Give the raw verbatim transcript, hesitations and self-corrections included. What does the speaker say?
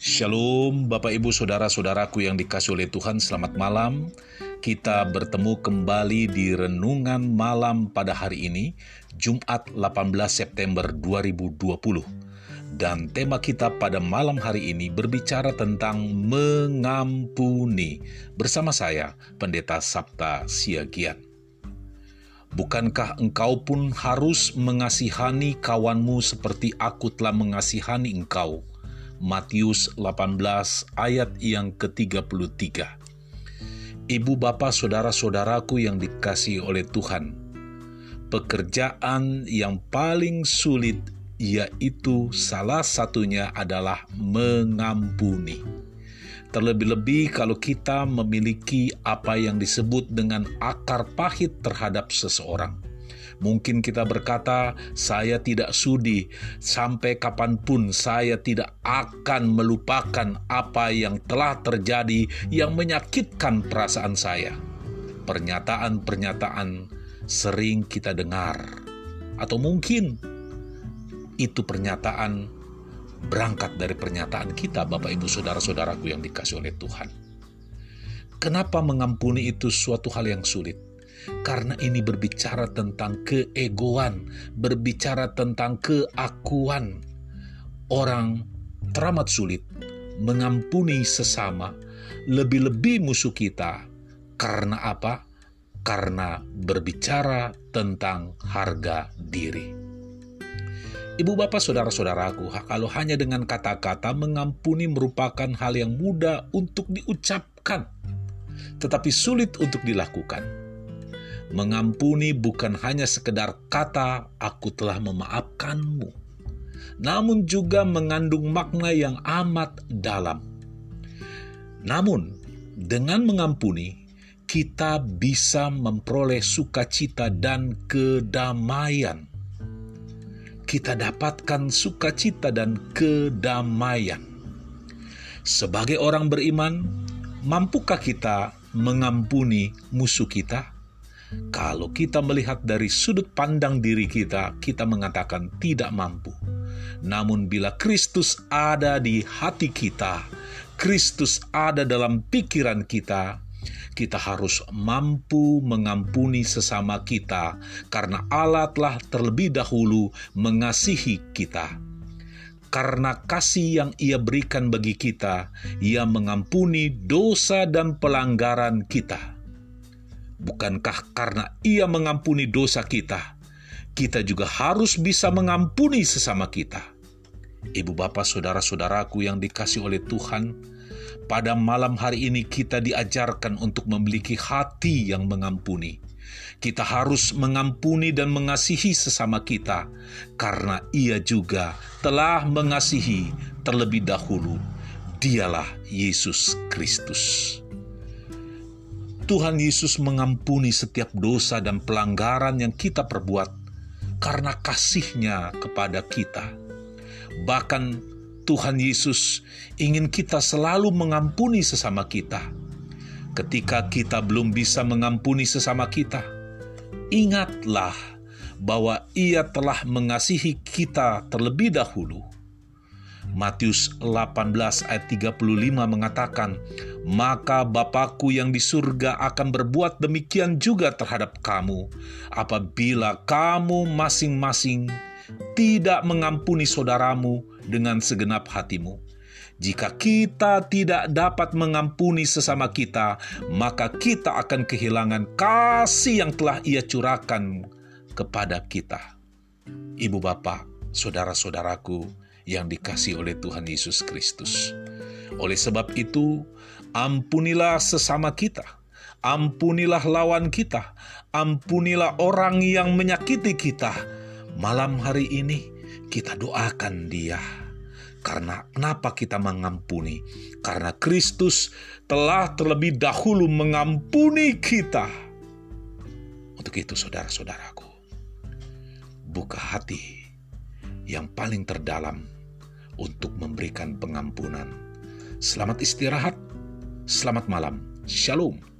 Shalom Bapak Ibu Saudara-saudaraku yang dikasihi oleh Tuhan, selamat malam. Kita bertemu kembali di Renungan Malam pada hari ini, Jumat delapan belas September dua ribu dua puluh. Dan tema kita pada malam hari ini berbicara tentang mengampuni. Bersama saya, Pendeta Sapta Siagian. Bukankah engkau pun harus mengasihani kawanmu seperti aku telah mengasihani engkau? Matius delapan belas ayat yang ke tiga puluh tiga. Ibu bapak saudara-saudaraku yang dikasihi oleh Tuhan, pekerjaan yang paling sulit yaitu salah satunya adalah mengampuni. Terlebih-lebih kalau kita memiliki apa yang disebut dengan akar pahit terhadap seseorang. Mungkin kita berkata, saya tidak sudi, sampai kapanpun saya tidak akan melupakan apa yang telah terjadi yang menyakitkan perasaan saya. Pernyataan-pernyataan sering kita dengar. Atau mungkin itu pernyataan berangkat dari pernyataan kita, Bapak Ibu Saudara-saudaraku yang dikasihi oleh Tuhan. Kenapa mengampuni itu suatu hal yang sulit? Karena ini berbicara tentang keegoan, berbicara tentang keakuan. Orang teramat sulit mengampuni sesama, lebih-lebih musuh kita. Karena apa? Karena berbicara tentang harga diri. Ibu bapak saudara-saudaraku, kalau hanya dengan kata-kata mengampuni merupakan hal yang mudah untuk diucapkan, tetapi sulit untuk dilakukan. Mengampuni bukan hanya sekedar kata, aku telah memaafkanmu, namun juga mengandung makna yang amat dalam. Namun, dengan mengampuni, kita bisa memperoleh sukacita dan kedamaian. Kita dapatkan sukacita dan kedamaian. Sebagai orang beriman, mampukah kita mengampuni musuh kita? Kalau kita melihat dari sudut pandang diri kita, kita mengatakan tidak mampu. Namun bila Kristus ada di hati kita, Kristus ada dalam pikiran kita, kita harus mampu mengampuni sesama kita, karena Allah telah terlebih dahulu mengasihi kita. Karena kasih yang Ia berikan bagi kita, Ia mengampuni dosa dan pelanggaran kita. Bukankah karena Ia mengampuni dosa kita, kita juga harus bisa mengampuni sesama kita? Ibu bapak saudara-saudaraku yang dikasihi oleh Tuhan, pada malam hari ini kita diajarkan untuk memiliki hati yang mengampuni. Kita harus mengampuni dan mengasihi sesama kita, karena Ia juga telah mengasihi terlebih dahulu. Dialah Yesus Kristus. Tuhan Yesus mengampuni setiap dosa dan pelanggaran yang kita perbuat karena kasih-Nya kepada kita. Bahkan Tuhan Yesus ingin kita selalu mengampuni sesama kita. Ketika kita belum bisa mengampuni sesama kita, ingatlah bahwa Ia telah mengasihi kita terlebih dahulu. Matius delapan belas ayat tiga puluh lima mengatakan, maka Bapakku yang di surga akan berbuat demikian juga terhadap kamu, apabila kamu masing-masing tidak mengampuni saudaramu dengan segenap hatimu. Jika kita tidak dapat mengampuni sesama kita, maka kita akan kehilangan kasih yang telah Ia curahkan kepada kita. Ibu bapak, saudara-saudaraku yang dikasihi oleh Tuhan Yesus Kristus. Oleh sebab itu, ampunilah sesama kita, ampunilah lawan kita, ampunilah orang yang menyakiti kita. Malam hari ini kita doakan dia. Karena kenapa kita mengampuni? Karena Kristus telah terlebih dahulu mengampuni kita. Untuk itu saudara-saudaraku, buka hati yang paling terdalam untuk memberikan pengampunan. Selamat istirahat, selamat malam, shalom.